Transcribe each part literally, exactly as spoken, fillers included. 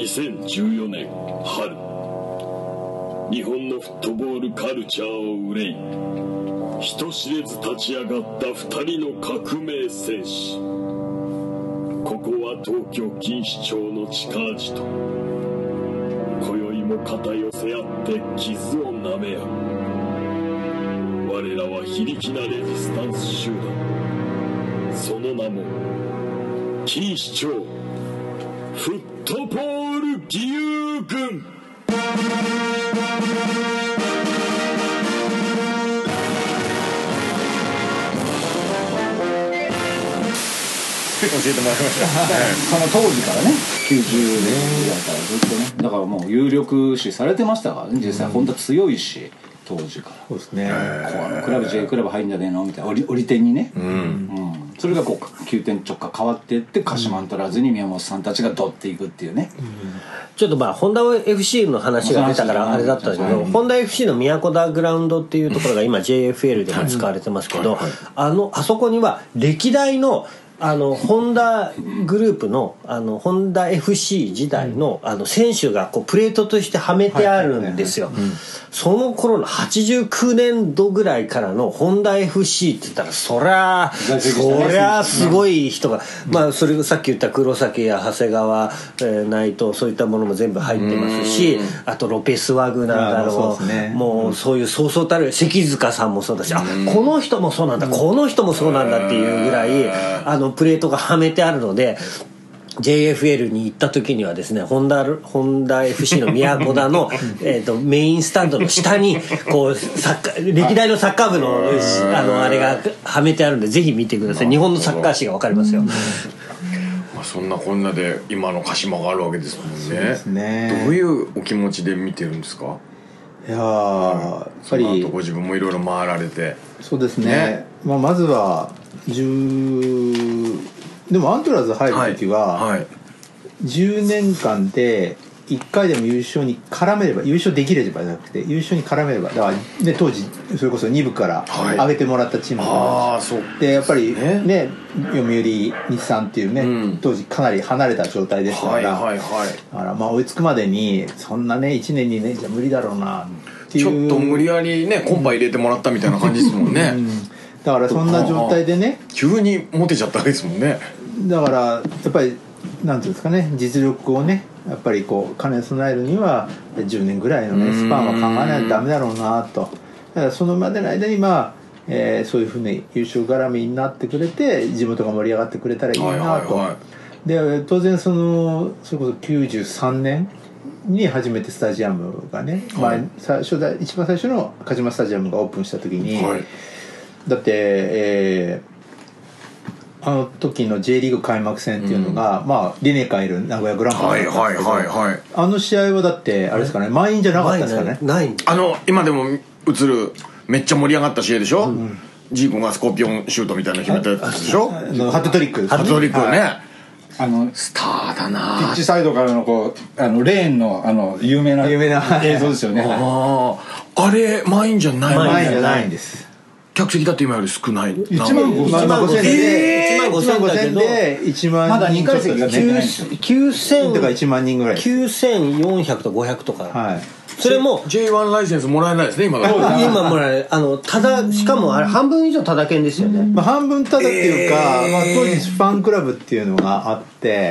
にせんじゅうよねん春、日本のフットボールカルチャーを憂い人知れず立ち上がったふたりの革命戦士。ここは東京錦糸町の地下アジト。今宵も肩寄せ合って傷を舐め合う。我らは非力なレジスタンス集団、その名も錦糸町フットボール義勇軍。 教えてもらいました、 その当時からねきゅうじゅうねんぐらいからずっとね、だからもう有力視されてましたからね、実際本当強いし当時から。 そうですね、 こうクラブ J クラブ入んじゃねえのみたいな、折り手にね、 うんうん、 それがこう急転直下変わっていって、鹿島アントラーズに宮本さんたちがドっていくっていうね、うん、 ちょっとまあホンダ エフシー の話が出たからあれだったんですけど、ホンダ エフシー の宮古田グラウンドっていうところが今 ジェイエフエル でも使われてますけど、あのあそこには歴代のあのホンダグループのあのホンダ エフシー 時代のあの選手がこうプレートとしてはめてあるんですよ。その頃のはちじゅうきゅうねんどぐらいからのホンダ エフシー って言ったらそりゃそりゃすごい人が、まあそれさっき言った黒崎や長谷川、えー、内藤、そういったものも全部入ってますし、あとロペス・ワグナーだろう、ね、もうそういうそうそうたる関塚さんもそうだし、あこの人もそうなんだ、この人もそうなんだっていうぐらいあのプレートがはめてあるので、 ジェイエフエル に行った時にはですね、ホンダホンダ エフシー の宮古田のえとメインスタンドの下にこうサッカー歴代のサッカー部のあのあれがはめてあるんで、ぜひ見てください。日本のサッカー史が分かりますよ。まあ、そんなこんなで今の鹿島があるわけですもんね。 そうですね。 どういうお気持ちで見てるんですか？ いやー、やっぱりその後ご自分もいろいろ回られて。 そうですね、 ね、 まあ、まずはじゅうでもアントラーズ入る時は、はいはい、じゅうねんかんでいっかいでも優勝に絡めれば、優勝できればじゃなくて優勝に絡めれば、だから、ね、当時それこそに部から上げてもらったチームが、はい、でやっぱりね、ね、読売日産っていうね、うん、当時かなり離れた状態でしたから、はいはいはい、だからまあ追いつくまでにそんなねいちねんにねんじゃ無理だろうなっていう、 ちょっと無理やりねコンパ入れてもらったみたいな感じですもんね、うん、 だからそんな状態でね急にモテちゃったわけですもんね。 だからやっぱりなんていうんですかね、実力をねやっぱりこう兼ね備えるにはじゅうねんぐらいのねスパンは考えないとダメだろうなと。だからそのまでの間にまあ、えー、そういうふうに優勝絡みになってくれて地元が盛り上がってくれたらいいなと、はいはいはい、で当然そのそれこそきゅうじゅうさんねんに初めてスタジアムがね、はい、前最初だ一番最初の鹿島スタジアムがオープンした時に、はい、だって、えーあの時の J リーグ開幕戦っていうのが、うん、まあリネカいる名古屋グランパスだったんですけど、はいはいはいはい、あの試合はだってあれですかね、満員じゃなかったですかね。 ないんあの今でも映るめっちゃ盛り上がった試合でしょ、うん、ジーコがスコーピオンシュートみたいな決めたやつでしょ、 ハットトリックです、 ハットトリックね、はい、 あのスターだな。 ピッチサイドからのこうあのレーンのあの有名な有名な映像ですよね。 ああれ満員じゃない、 満員じゃないんです。 客席だって今より少ない。 いちまんごせんでいちまんごせんでいちまん人、 まだにかい席が出てないんですよ。 きゅうせんとかいちまんにんぐらい、 きゅうせんよんひゃくとごひゃくとか、はい、それもジェイワン ライセンスもらえないですね今だと。 今もらえあのただしかもあれ半分以上ただ券ですよね、 まあ、半分ただっていうか、えーまあ、当時ファンクラブっていうのがあって、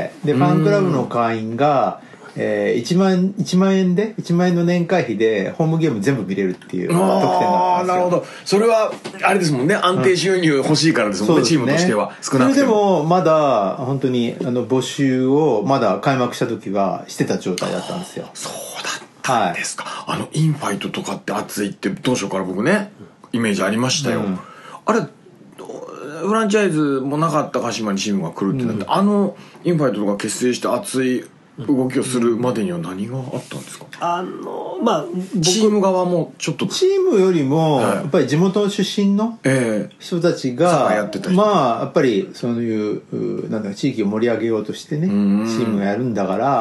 でファンクラブの会員がえー、いちまん、いちまんえんでいちまんえんの年会費でホームゲーム全部見れるっていう特典があったんですよ。 ああなるほど。それはあれですもんね、安定収入欲しいからですもんね、うん、チームとしては少なくても。 それでもまだ本当にあの募集をまだ開幕した時はしてた状態だったんですよ。 そうだったんですか、はい、あのインファイトとかって熱いって当初から僕ねイメージありましたよ、うん、あれフランチャイズもなかった鹿島にチームが来るってなって、うん、あのインファイトとか結成して熱い動きをするまでには何があったんですか？ あのまあチーム側もちょっとチームよりもやっぱり地元出身の人たちが、えー、まあやっぱりそういうなんだ地域を盛り上げようとしてねチームがやるんだから、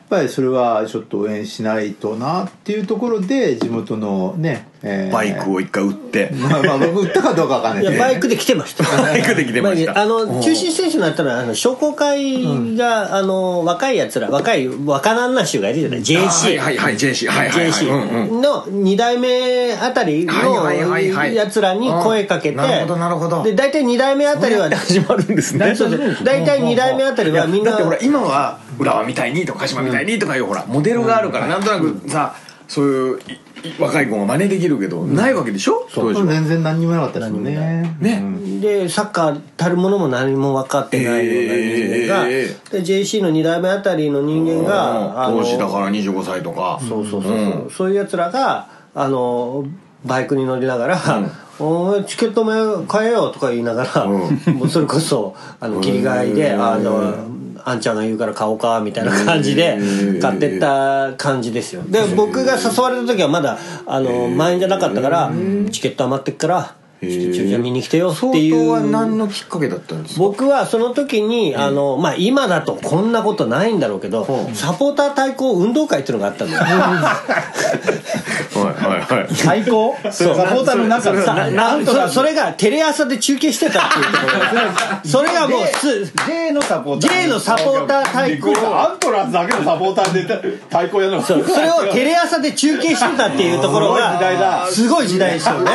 ぱりそれはちょっと応援しないとなっていうところで地元のね、えー、 バイクを一回売ってまあまあ売ったかどうかわかんないいやバイクで来てましたバイクで来てました。 あの中心選手になったのはあの商工会が、うん、あの若いやつら若い若旦那衆がいるじゃない ジェーシーはいはいはい ジェーシー はいはいはいジェーシー のに代目あたりのやつらに声かけて、 なるほどなるほど。 で大体に代目あたりは始まるんですね。 大体に代目あたりはみんなだってほら今は浦和みたいにとか鹿島みたいにとかいうほらモデルがあるからなんとなくさそういう若い子が真似できるけどないわけでしょ。 そう全然何にもなかったですよね。 ねでサッカーたるものも何も分かってないような人間が、えー、で ジェーシー のに代目あたりの人間が当時だからにじゅうごさいとかそうそうそうそう、うん、そういうやつらがあのバイクに乗りながら、うん、おチケットも買えよとか言いながら、うん、もうそれこそあの切り替えであのあんちゃんが言うから買おうかみたいな感じで買ってった感じですよ。で僕が誘われた時はまだあの満員じゃなかったからチケット余ってっからじゃあ見に来てよっていう。 相当は何のきっかけだったんですか。 僕はその時にあの、まあ、今だとこんなことないんだろうけど、うん、サポーター対抗運動会っていうのがあったんだよはいはいはい。 対抗そうサポーターの中でさなんとかそれがテレ朝で中継してたっていうところそれがもう J のサポーター J のサポーター対抗アントラーズだけのサポーターで対抗やるのそうそれをテレ朝で中継してたっていうところがすごい時代ですよね。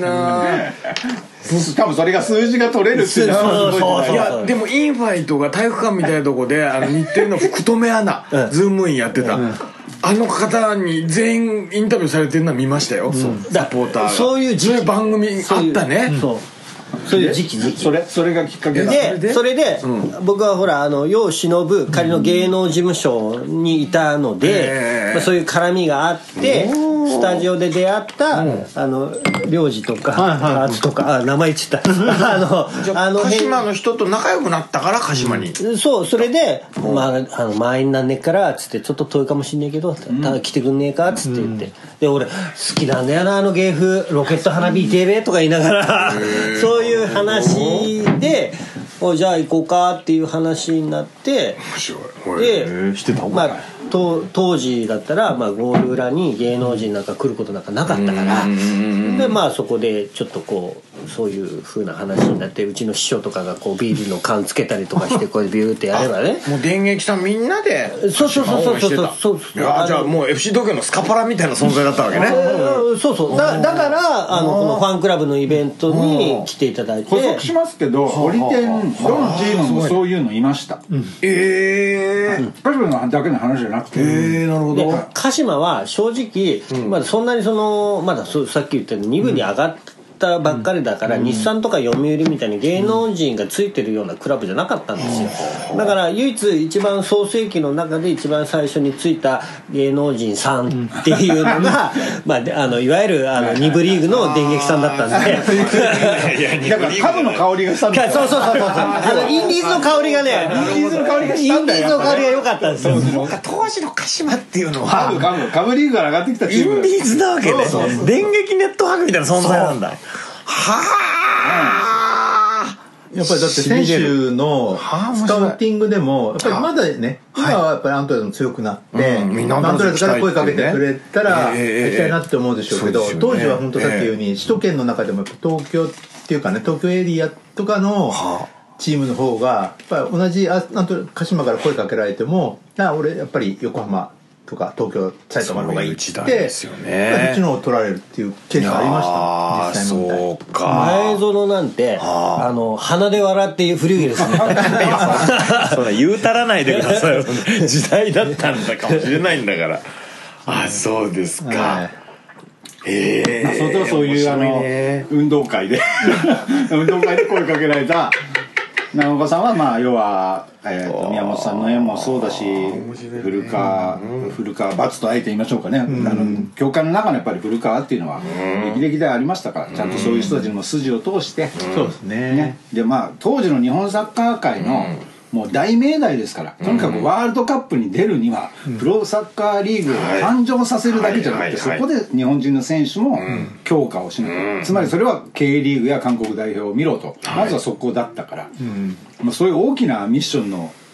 しかもそれが数字が取れるっていうのはすごい。 いやでもインファイトが体育館みたいなとこであの日テレの福留アナ、うん、ズームインやってた、うん、あの方に全員インタビューされてるのは見ましたよ、うん、サポーターがそういうそういう番組あったね。 そうそういう時期時期それそれがきっかけだでそれで、うん、僕はほらあの世を忍ぶ仮の芸能事務所にいたので、うんまあ、そういう絡みがあってスタジオで出会った、うん、あの領事とか、はいはい、とかあ名前言っちゃったあのあの鹿島の人と仲良くなったから鹿島に、 うん、そうそれで、まあ、あの満員なんねっからつってちょっと遠いかもしんねえけど、うん、来てくんねえかつって言って、うん、で俺好きなんだよなあの芸風ロケット花火てべとか言いながらそういう話でおじゃあ行こうかっていう話になって面白いでしてたまあと当時だったら、まあ、ゴール裏に芸能人なんか来ることなんかなかったからでまあそこでちょっとこうそういう風な話になってうちの師匠とかがこうビールの缶つけたりとかしてこれビューってやればねもう電撃さんみんなでそうそうそうそうそうそういやじゃあもう エフシー 東京のスカパラみたいな存在だったわけねそうそうだだからあのこのファンクラブのイベントに来ていただいて補足しますけどホリテンどのチームもそういうのいましたええ鹿島のだけの話じゃなくてええなるほど鹿島は正直まだそんなにそのまださっき言ったようにに部に上がったばっかりだから、うん、日産とか読売みたいに芸能人がついてるようなクラブじゃなかったんですよ、うん、だから唯一一番創世期の中で一番最初についた芸能人さんっていうのが、うん、まあ、あのいわゆるあのに部リーグの電撃さんだったんでだから株の香りがしたんだよそうそうそうそうあのインディーズの香りがねインディーズの香りがしたんだよインディーズの香りが良かったんですよ当時の鹿島っていうのは株株株リーグから上がってきたチームインディーズなわけで電撃ネットワークみたいな存在なんだはあ、 やっぱりだって選手のスカウティングでもやっぱりまだね今はやっぱりアントラーズも強くなってアントラーズから声かけてくれたら行きたいなって思うでしょうけど当時は本当さっき言うように首都圏の中でもやっぱ東京っていうかね東京エリアとかのチームの方がやっぱり同じ鹿島から声かけられてもな俺やっぱり横浜とか東京埼玉の方がいいって言ってそっちの方を取られるっていうケースがありました実際問題そうか前園なんてあの鼻で笑っていうフリューゲですねそんな言うたらないでください時代だったんだかもしれないんだからあそうですか、はいえーまあ、それとはそういう、ね、あの運動会で運動会で声かけられた長岡さんはまあ要は、えー、と宮本さんの絵もそうだし古川古川罰とあえて言いましょうかね、うん、あの教会の中のやっぱり古川っていうのは歴々でありましたからちゃんとそういう人たちの筋を通して、 うん、そうですね、ねでまあ当時の日本サッカー界の、うんもう大命題ですからとにかくワールドカップに出るにはプロサッカーリーグを誕生させるだけじゃなくてそこで日本人の選手も強化をしないつまりそれは K リーグや韓国代表を見ろとまずはそこだったからまあそういう大きなミッションの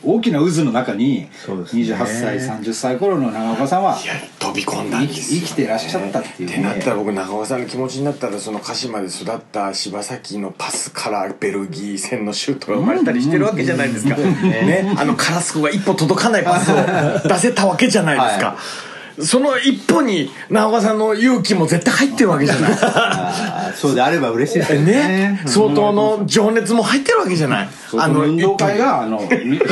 大きな渦の中にそうですねにじゅうはっさいさんじゅっさい頃の長岡さんはいや飛び込んだん生ですよ、 き生きてらっしゃったっていうってなったらね。 僕長岡さんの気持ちになったらその鹿島で育った柴崎のパスからベルギー戦のシュートが生まれたりしてるわけじゃないですか、ね、あのカラスコが一歩届かないパスを出せたわけじゃないですか、はい、その一歩に長岡さんの勇気も絶対入ってるわけじゃないあそうであれば嬉しいですよねね、相当の情熱も入ってるわけじゃない、 あの運動会があの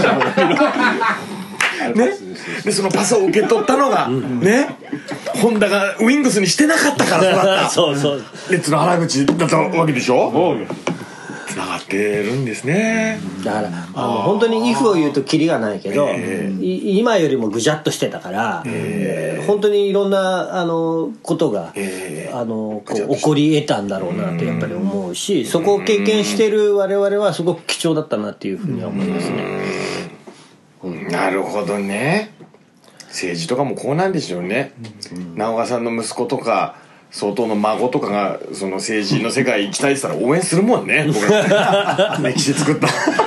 ね、でそのパスを受け取ったのが、うん、ね本田がウィングスにしてなかったからだったそうそうレッツの原口だったわけでしょ、うん、つながってるんですね、 だからあの本当にイフを言うとキリがないけど、えー、今よりもぐじゃっとしてたから、えー、本当にいろんなあのことが、えー、あのこう起こり得たんだろうなってやっぱり思うし、そこを経験してる我々はすごく貴重だったなっていうふうには思いますね。 なるほどね。政治とかもこうなんでしょうね、うん、長岡さんの息子とか相当の孫とかがその政治の世界行きたいって言ったら応援するもんね歴史作った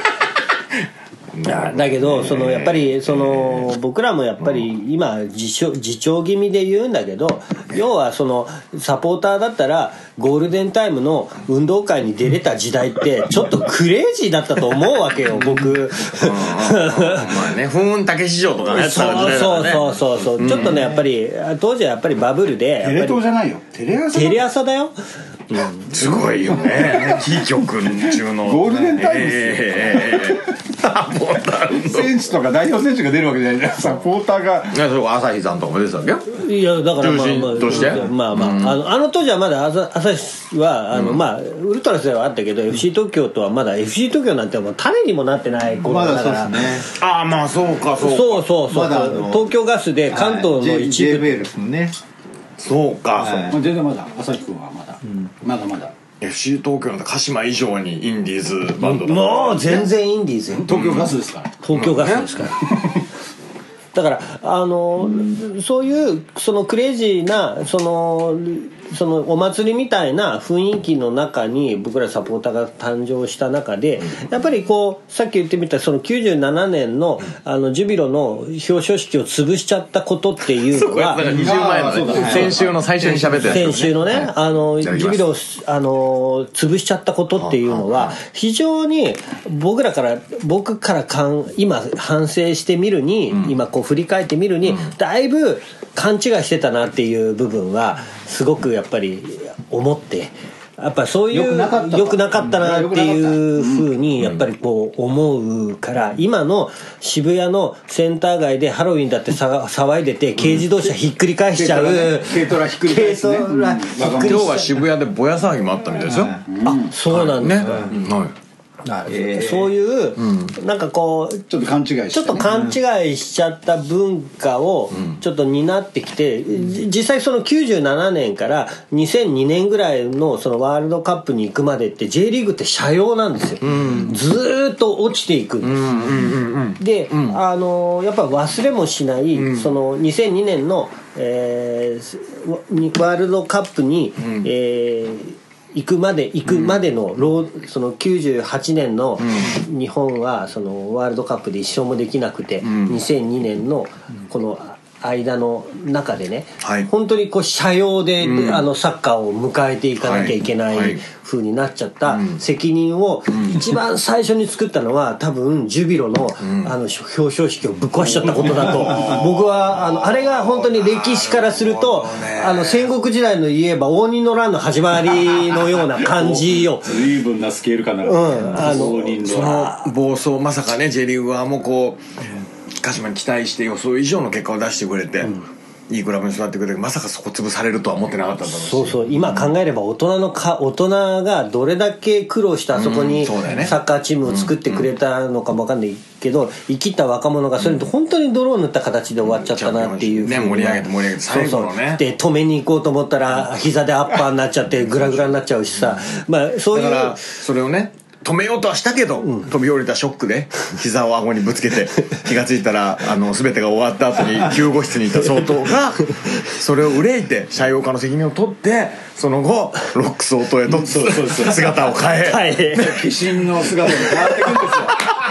だけどそのやっぱりその僕らもやっぱり今自重自重気味で言うんだけど、要はそのサポーターだったらゴールデンタイムの運動会に出れた時代ってちょっとクレイジーだったと思うわけよ僕まあね、ふーんたけし城とかね、 そうそうそうそうそう、うん、ちょっとねやっぱり当時はやっぱりバブルでテレ東じゃないよ、テレ朝テレ朝だよ、 うん、すごいよねキー局中のゴールデンタイムですよ、えー選手とか代表選手が出るわけじゃないじゃん、サポーターが。 いやそれ朝日さんとかも出てたわけよ。 いやだからまあまあどうしてまあまあ、うん、あのあの当時はまだ朝朝日はあの、うん、まあウルトラスではあったけど、うん、エフシー 東京とはまだ エフシー 東京なんてもう種にもなってない頃だから、 まだそうですね。 ああまあそうかそうかそうそうそう、まだ東京ガスで関東の一部、 はい、ジェイエフエル ですもんね。 そうか、 はい、そう全然まだ朝日君はまだ、うん、まだまだエフシー 東京なんて鹿島以上にインディーズバンドだ、 もう全然インディーズよ、 東京ガスですから、 東京ガスですから、だからあのそういうそのクレイジーなそのそのお祭りみたいな雰囲気の中に僕らサポーターが誕生した中で、やっぱりこうさっき言ってみたそのきゅうじゅうななねんのあのジュビロの表彰式を潰しちゃったことっていうのはにじゅうまえのね、先週の最初に喋ってた先週のね、あのジュビロをあの潰しちゃったことっていうのは非常に僕らから僕からかん今反省してみるに、うん、今こう振り返ってみるに、うん、だいぶ勘違いしてたなっていう部分はすごくやっぱり思って、やっぱそういう良くなかったなっていうふうにやっぱりこう思うから、今の渋谷のセンター街でハロウィンだって騒いでて軽自動車ひっくり返しちゃう、 軽トラひっくり返すね、 今日は渋谷でぼや騒ぎもあったみたいですよ。 あ、そうなんですか、 はい、 えー、そういう、うん、なんかこうちょっと勘違いして、ね、 ちょっと勘違いしちゃった文化をちょっと担ってきて、うん、実際そのきゅうじゅうななねんからにせんにねんぐらいのそのワールドカップに行くまでって J リーグって斜陽なんですよ、うん、ずーっと落ちていくんです、うんうんうん、で、うん、あのやっぱ忘れもしない、うん、そのにせんにねんの、えー、ワールドカップに、うん、えー行くまで行くまでの、うん、そのきゅうじゅうはちねんの日本はそのワールドカップで一勝もできなくて、うん、にせんにねんのこの間の中でね、はい、本当にこう斜陽で、うん、あのサッカーを迎えていかなきゃいけない風になっちゃった責任を一番最初に作ったのは多分ジュビロの、うん、あの表彰式をぶっ壊しちゃったことだと僕はあのあれが本当に歴史からするとあの戦国時代の言えば応仁の乱の始まりのような感じよ。 随分なスケール感な、 うん、あのその暴走まさかね J リーグはもうこう鹿島に期待して予想以上の結果を出してくれて、うん、いいクラブに育ってくれてまさかそこ潰されるとは思ってなかったんだろうし、 そうそう今考えれば大人のか大人がどれだけ苦労してあそこにサッカーチームを作ってくれたのかも分かんないけど、生きた若者がそれと本当に泥を塗った形で終わっちゃったなっていう、 ね、盛り上げて盛り上げて最後のね、 そうそうで止めに行こうと思ったら膝でアッパーになっちゃってグラグラになっちゃうしさ、まあそういうだからそれをね止めようとはしたけど、うん、飛び降りたショックで膝を顎にぶつけて気がついたらあの全てが終わった後に救護室にいた総統がそれを憂いて斜陽化の責任を取ってその後ロック総統へと姿を変え化身の姿に変わっていくんですよ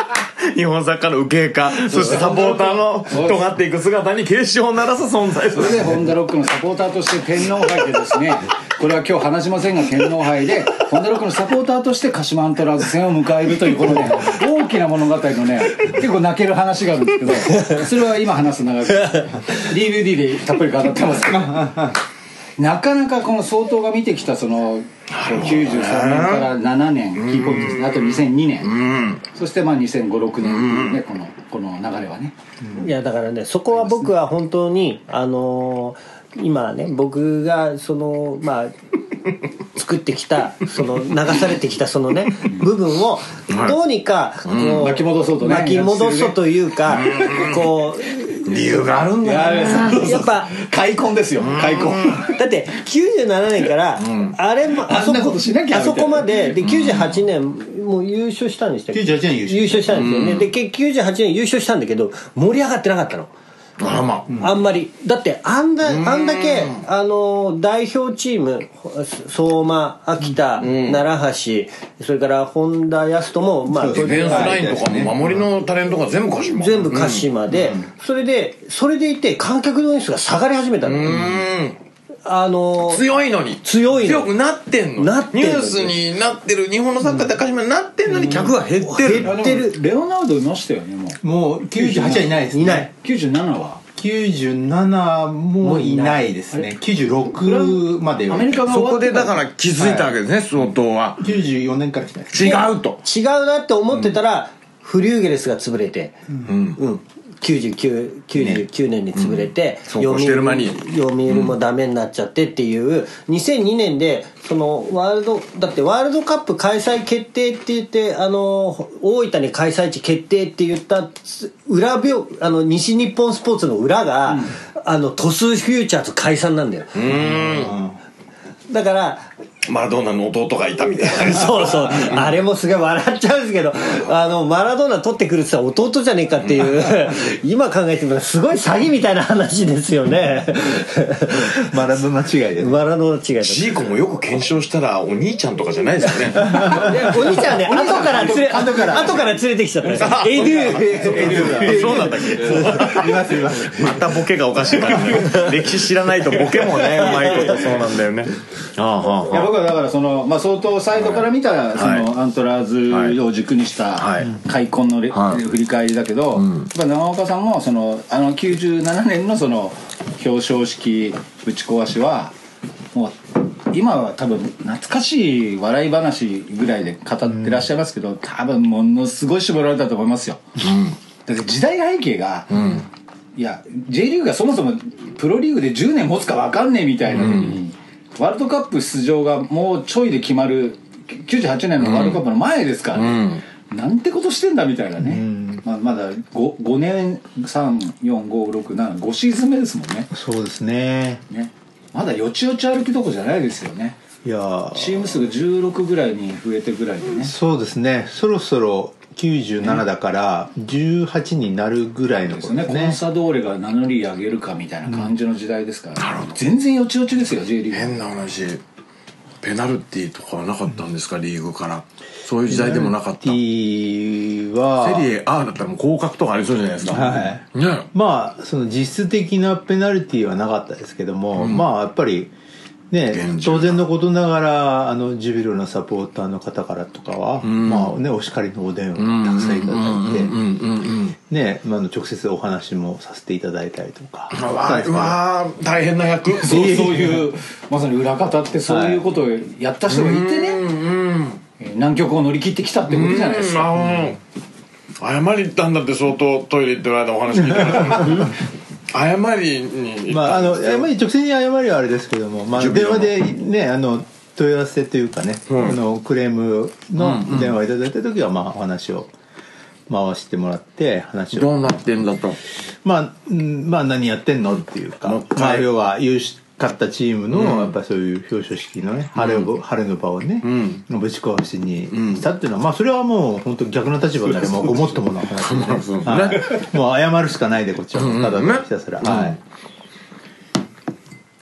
日本サッカーの右傾化、そしてサポーターの尖っていく姿に警鐘を鳴らす存在。 それでホンダロックのサポーターとして天皇杯でですね、これは今日話しませんが天皇杯でホンダロックのサポーターとして鹿島アントラーズ戦を迎えるというこのね大きな物語のね結構泣ける話があるんですけど、それは今話す長く ディーブイディー でたっぷり語ってますけどなかなかこの総統が見てきたそのきゅうじゅうさんねんからななねんキーポイントですね。あとにせんにねん、そしてまあにせんご、ろくねんっていうね、このこの流れはね。 いやだからね、そこは僕は本当にあのー、今ね僕がそのまあ作ってきたその流されてきたそのね部分をどうにかこう巻き戻そうとね、 巻き戻そうというかこう理由があるんだね。 やっぱ開墾ですよ、開墾。 だってきゅうじゅうななねんからあれもあそこあそこまでできゅうじゅうはちねんもう優勝したんでしたっけ。 きゅうじゅうはちねん優勝優勝したんですよね。できゅうじゅうはちねん優勝したんだけど盛り上がってなかったの。 あらまあんまりだってあんだあんだけあの代表チーム相馬、秋田、奈良橋、それから本田康人もまあディフェンスラインとかも守りのタレントが全部鹿島全部鹿島で、それでそれでいて観客動員数が下がり始めたの。あの強いのに強いの強くなってんのなってんのニュースになってる日本のサッカーって鹿島になってんのに客が減ってる、 減ってる。 レオナルドいましたよね。もうもうきゅうじゅうはちはいないですね。 いない。 きゅうじゅうななはきゅうじゅうななもいないですね。きゅうじゅうろくまでアメリカがそ終わってこでだから気づいたわけですね、相当はきゅうじゅうよねんから来たんです違うと違うなって思ってたら、フリューゲルスが潰れて、うんうん、きゅうじゅうきゅう、きゅうじゅうきゅうねんに潰れて、 うん、そうこうしてる間に読売もダメになっちゃってっていう、にせんにねんでそのワールドだってワールドカップ開催決定って言って、あの大分に開催地決定って言った裏表、あの西日本スポーツの裏が、うん、あのトスフューチャーズ解散なんだよ。うんだからマラドーナの弟がいたみたいなそうそう、あれもすごい笑っちゃうんですけど、あのマラドーナ取ってくるって言ったら弟じゃねえかっていう今考えてみたらすごい詐欺みたいな話ですよねマラドーナ違いで、ね、 マラドーナ違いでジーコもよく検証したらお兄ちゃんとかじゃないですよねお兄ちゃんね後から連れ後から後から連れてきちゃったんですエドゥエドゥそうなんだっけいますいますまたボケがおかしいからね歴史知らないとボケもねうまいことそうなんだよねああああいや僕はだからその、まあ、相当サイドから見た、はい、そのアントラーズを軸にした開墾のレ、はい、振り返りだけど、うん、やっぱ長岡さんもそのあのきゅうじゅうななねんのその表彰式ぶち壊しはもう今は多分懐かしい笑い話ぐらいで語ってらっしゃいますけど、うん、多分ものすごい絞られたと思いますよ、うん、だって時代背景が、うん、いや J リーグがそもそもプロリーグでじゅうねん持つか分かんねえみたいな時に、うんワールドカップ出場がもうちょいで決まるきゅうじゅうはちねんのワールドカップの前ですからね、うん、なんてことしてんだみたいなね、うんまあ、まだ 5, ごねんさん、よん、ご、ろく、なな、ごシーズン目ですもんね。 そうですねねまだよちよち歩きどこじゃないですよね。 いやチーム数がじゅうろくぐらいに増えてぐらいでね。 そうですねそろそろきゅうじゅうななだからじゅうはちになるぐらいのことですね。 コンサドーレが名乗り上げるかみたいな感じの時代ですから、うん、全然よちよちですよ J リーグ。 変な話ペナルティーとかはなかったんですか、リーグからそういう時代でもなかった。 ペナルティーはセリエ A だったらもう降格とかありそうじゃないですか、 はいね、 まあその実質的なペナルティーはなかったですけども、うん、まあやっぱりね、当然のことながらあのジュビロのサポーターの方からとかは、うん、まあねお叱りのお電話をたくさんいただいてね、まあ、直接お話もさせていただいたりとか。 うわうわ大変な役そう、そういうまさに裏方ってそういうことをやった人がいてね、はい、難局を乗り切ってきたってことじゃないですか。 謝り行ったんだって相当トイレ行ってる間お話聞いてる謝りにまああの謝り直接に謝りはあれですけども、まあ、電話でねあの問い合わせというかね、うん、あのクレームの電話をいただいた時はまあお話を回してもらって話をどうなってんだとまあ、うん、まあ何やってんのっていうか、まあ、要は優勝勝ったチームの、うん、やっぱそういう表彰式のね、うん、晴れを晴れの場をね、うん、ぶち壊しにしたっていうのは、まあそれはもう本当逆の立場になればごもっともな話で、ねはい、もう謝るしかないでこっちはただひたすら、はい、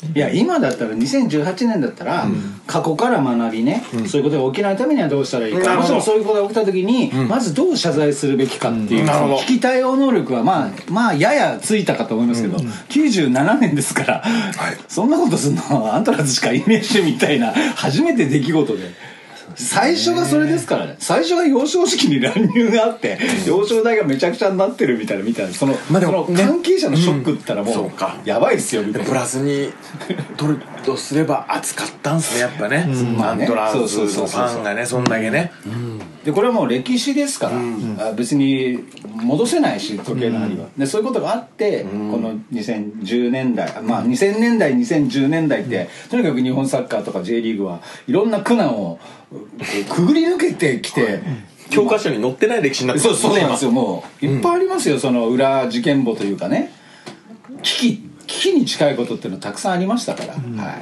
いや今だったらにせんじゅうはちねんだったら、うん、過去から学びね、うん、そういうことが起きないためにはどうしたらいいか、もちろんそういうことが起きた時に、うん、まずどう謝罪するべきかっていう、うん、危機対応能力はまあまあややついたかと思いますけど、うん、きゅうじゅうななねんですから、はい、そんなことするのはアントラーズしかいねえしみたいな初めて出来事で。最初がそれですからね。最初が幼少式に乱入があって幼少代がめちゃくちゃになってるみたいなみたいなその、まあ、その関係者のショックって言ったらもう、うん、やばいっすよみたいな。 プラスに取るとすれば熱かったんすねやっぱね、うん、アントラーズのファンがねそんだけね、うん、 でこれはもう歴史ですから、うん、別に戻せないし時計の針は、うん、でそういうことがあって、うん、このにせんじゅうねんだいまあにせんねんだいにせんじゅうねんだいって、うん、とにかく日本サッカーとか J リーグはいろんな苦難をくぐり抜けてきて教科書に載ってない歴史になってますね。 そうそうなんですよ。もういっぱいありますよ、うん、その裏事件簿というかね危機危機に近いことっていうのはたくさんありましたから、うんはい、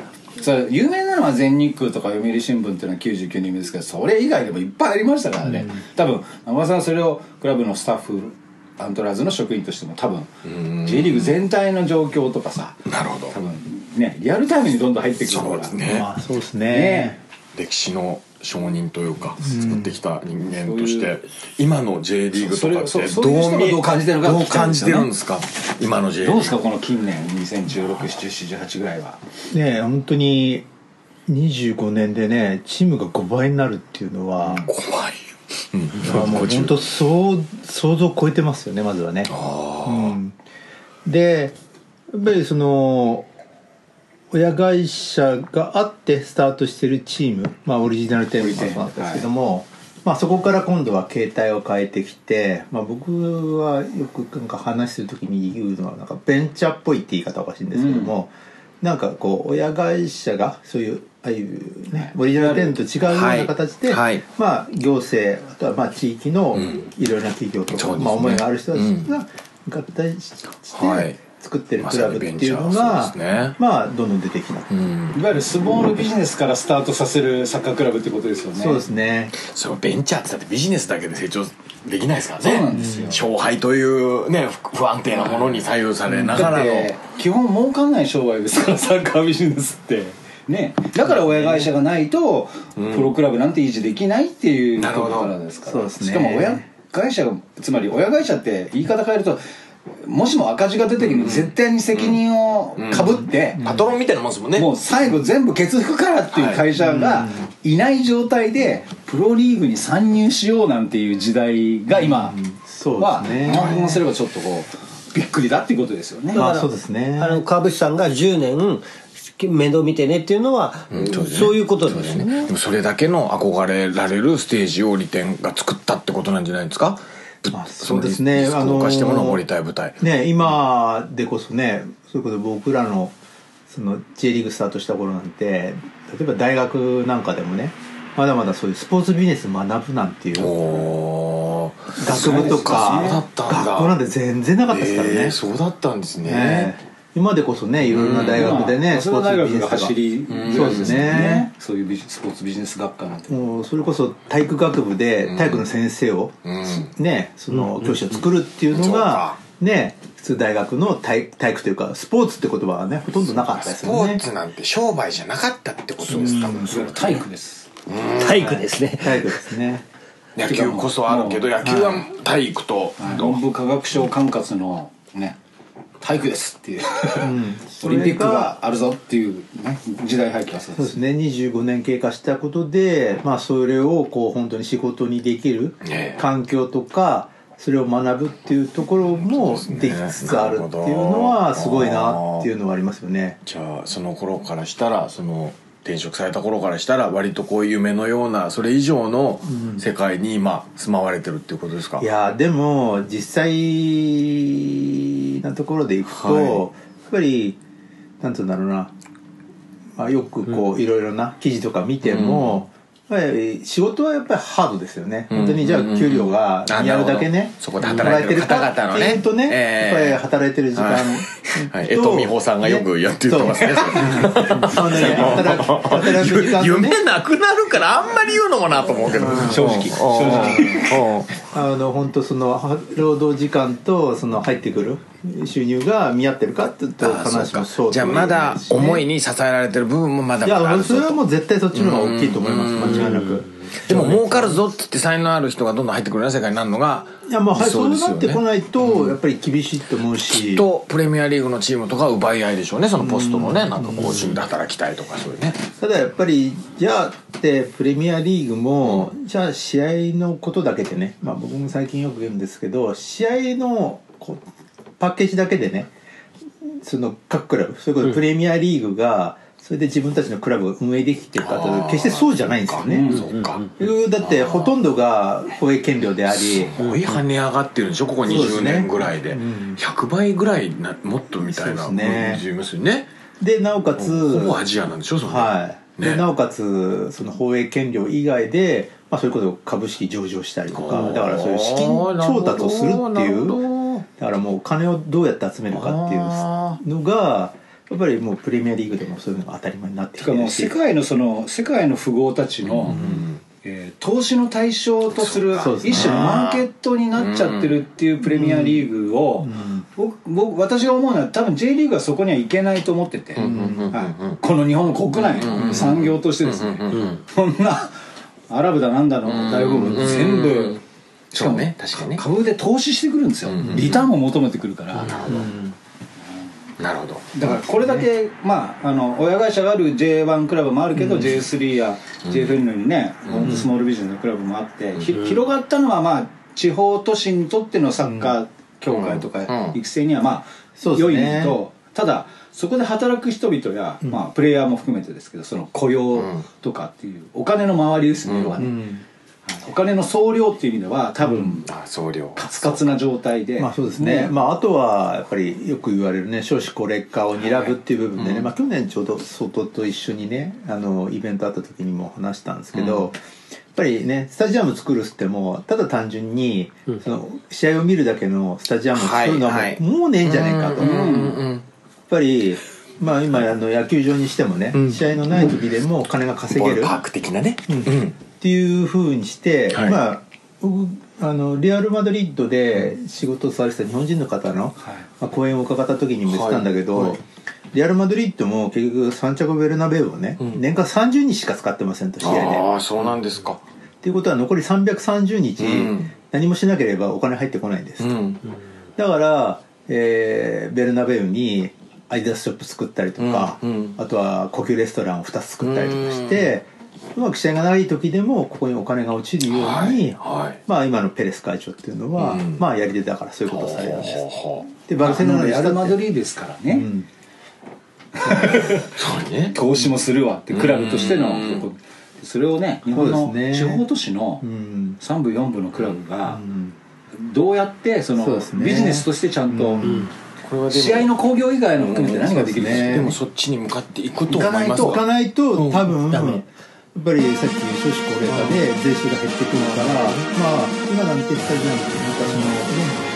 それ有名なのは全日空とか読売新聞っていうのはきゅうじゅうきゅうねんめですけどそれ以外でもいっぱいありましたからね、うん、多分中村さんはそれをクラブのスタッフアントラーズの職員としても多分 J リーグ全体の状況とかさなるほど多分ねリアルタイムにどんどん入ってくるからそうですね、 まあ、そうですね、ね歴史の証人というか、うん、作ってきた人間として今の J リーグとかってどう感じてるかどう感じてるんですか今の J リーグどうですかこの近年にせんじゅうろく、なな、じゅうはちぐらいはねえ本当ににじゅうごねんでねチームがごばいになるっていうのはごばい、 うん、もう本当想想像を超えてますよねまずはねあ、うん、でやっぱりその親会社があってスタートしてるチーム、まあ、オリジナルテーマもそうなんですけども、はいまあ、そこから今度は形態を変えてきて、まあ、僕はよくなんか話する時に言うのはなんかベンチャーっぽいって言い方おかしいんですけども、うん、なんかこう親会社がそういうああいうねオリジナルテーマと違うような形で、はいはい、まあ、行政あとはまあ地域のいろいろな企業とか、うんまあ、思いがある人たちが合体して、はい作ってるクラブっていうのが、ね、まあどんどん出てきた、 うん、いわゆるスモールビジネスからスタートさせるサッカークラブってことですよね。 そうですね。 そのベンチャーってだってビジネスだけで成長できないですからね。 そうなんですよ。 勝敗というね不安定なものに左右されながらの、だって基本儲かんない商売ですからサッカービジネスってね、だから親会社がないとプロクラブなんて維持できないっていうところからですから、 そうですね、 しかも親会社がつまり親会社って言い方変えるともしも赤字が出てきて絶対に責任をかぶってパトロンみたいなもんですもんね。 もう最後全部ケツ拭くからっていう会社がいない状態でプロリーグに参入しようなんていう時代が今は反応すればちょっとこうびっくりだっていうことですよね。 まあそうですね。 あの川淵さんがじゅうねん面倒見てねっていうのは、うん、そうですね、そういうことですね。 でもそれだけの憧れられるステージを利点が作ったってことなんじゃないですか。 まあ、そうですね。 あのー、しても登りたい舞台ね今でこそねそういうことで僕らのその J リーグスタートした頃なんて例えば大学なんかでもねまだまだそういうスポーツビジネス学ぶなんていう学部とか学校なんて全然なかったですからね、 えー、そうだったんですね、ね今でこそねいろいろな大学でね、 うん、スポーツビジネスが走り、 うん、そうですねそういうスポーツビジネス学科なんてもうそれこそ体育学部で体育の先生を、うん、ねその教師を作るっていうのが、うん、ね普通大学の 体, 体育というかスポーツって言葉はねほとんどなかったですよね。 スポーツなんて商売じゃなかったってことですか。 うん、体育です。 体育ですね。 体育ですね。 野球こそあるけど野球は体育と文部科学省管轄のね体育ですっていう、うん、オリンピックがあるぞっていう、ね、時代背景はそうです。 そうですね。にじゅうごねん経過したことで、まあ、それをこう本当に仕事にできる環境とかそれを学ぶっていうところもできつつあるっていうのはすごいなっていうのはありますよね。 じゃあその頃からしたらその転職された頃からしたら割とこういう夢のようなそれ以上の世界に今住まわれてるっていうことですか。 いやでも実際なところでいくと、はい、やっぱりなんていうんだろうな、まあ、よくこういろいろな記事とか見ても、うん、やっぱり仕事はやっぱりハードですよね、うん、本当にじゃあ給料がやるだけね、 そこで働いてる方々のねっていうとね、えー、やっぱり働いてる時間はい、江戸美穂さんがよくやって言ってますね。 そうね、働く働く時間とね、 夢なくなるからあんまり言うのもなと思うけど、 正直正直あの本当その労働時間とその入ってくる収入が見合ってるかって言うと話もそう。 じゃあまだ思いに支えられてる部分もまだまだあるぞと。 いや、それはもう絶対そっちの方が大きいと思います、間違いなく。 でも儲かるぞって言って才能ある人がどんどん入ってくるような世界になるのが、 いや、まあ、はい、そうですよね。 なってこないとやっぱり厳しいと思うし、 とプレミアリーグのチームとか奪い合いでしょうね、そのポストのね、なんかこうチームで働きたいとかそういうね。 ただやっぱりじゃあってプレミアリーグも、うん、じゃあ試合のことだけでね、まあ、僕も最近よく言うんですけど、試合のこうパッケージだけでね、その各クラブ、そういうことプレミアリーグが、うん、それで自分たちのクラブを運営できてるかというと決してそうじゃないんですよね。 そうか、 だってほとんどが放映権料であり、 すごい跳ね上がってるんでしょ、ここにじゅうねんぐらいで、ね、うん、ひゃくばいぐらいな、もっとみたいな感じますよね。 でなおかつほぼアジアなんでしょ、それ。 はい、 ね、 でなおかつその放映権料以外で、まあ、そういうことを株式上場したりとか、だからそういう資金調達をするっていう、だからもう金をどうやって集めるかっていうのがやっぱりもうプレミアリーグでもそういうのが当たり前になってきてるし、 もう世界のその世界の富豪たちの、うんえー、投資の対象とする一種のマーケットになっちゃってるっていうプレミアリーグを、うん、僕, 僕私が思うのは多分 J リーグはそこにはいけないと思ってて、うんはい、この日本国内の産業としてですね、こんなアラブだなんだの大部分全部しかもね、確かにね、株で投資してくるんですよ、リターンを求めてくるから。なるほど、 なるほど。 だからこれだけ、まあ、あの親会社がある ジェイワン クラブもあるけど、うん、ジェイスリー や ジェイエフエル のようにね、うん、スモールビジネスのクラブもあって、うん、広がったのは、まあ、地方都市にとってのサッカー協会とか育成にはまあ、うん、良いのと、ただそこで働く人々や、まあ、プレイヤーも含めてですけど、その雇用とかっていうお金の回りですね、要はね、うん、お金の総量っていう意味では多分、うん、あ総量カツカツな状態で、 まあそうですね、ね、まあ、あとはやっぱりよく言われるね、少子高齢化を睨ぶっていう部分でね、はい、まあ、去年ちょうど外と一緒にね、あのイベントあった時にも話したんですけど、うん、やっぱりねスタジアム作るっつってもただ単純に、うん、その試合を見るだけのスタジアムを作るのはもう、はいはい、もうねえんじゃねえかと、うんうんうん、やっぱりまあ今あの野球場にしてもね、うん、試合のない時でも金が稼げる、 ボールパーク的なね、 うんうん、っていう風にして、はい、まあ僕あのリアルマドリッドで仕事をされてた日本人の方の、はい、まあ、講演を伺った時にも言ってたんだけど、はいはい、リアルマドリッドも結局サンチャゴ・ベルナベウをね、うん、年間さんじゅうにちしか使ってませんと、試合で。 ああ、そうなんですか。 っていうことは残りさんびゃくさんじゅうにち、うん、何もしなければお金入ってこないんですと、うん、だから、えー、ベルナベウにアディダスショップ作ったりとか、うんうん、あとは高級レストランをふたつ作ったりとかして、うまく試合がない時でもここにお金が落ちるように、はいはい、まあ今のペレス会長っていうのは、うん、まあやり手だからそういうことをされるんです。でバルセロナレアルマドリーですからね、うん、そうね、投資もするわってクラブとしての、うん、それをね、日本の地方都市のさんぶよんぶのクラブがどうやってそのビジネスとしてちゃんと、うんうん、これは試合の興行以外の含めて何ができるんですか、 ね、でもそっちに向かっていくと思います。 行かないと行かないと多分、うん、やっぱりさっき少子高齢化で税収が減ってくるから、まあ今なんてスタジアムって昔のね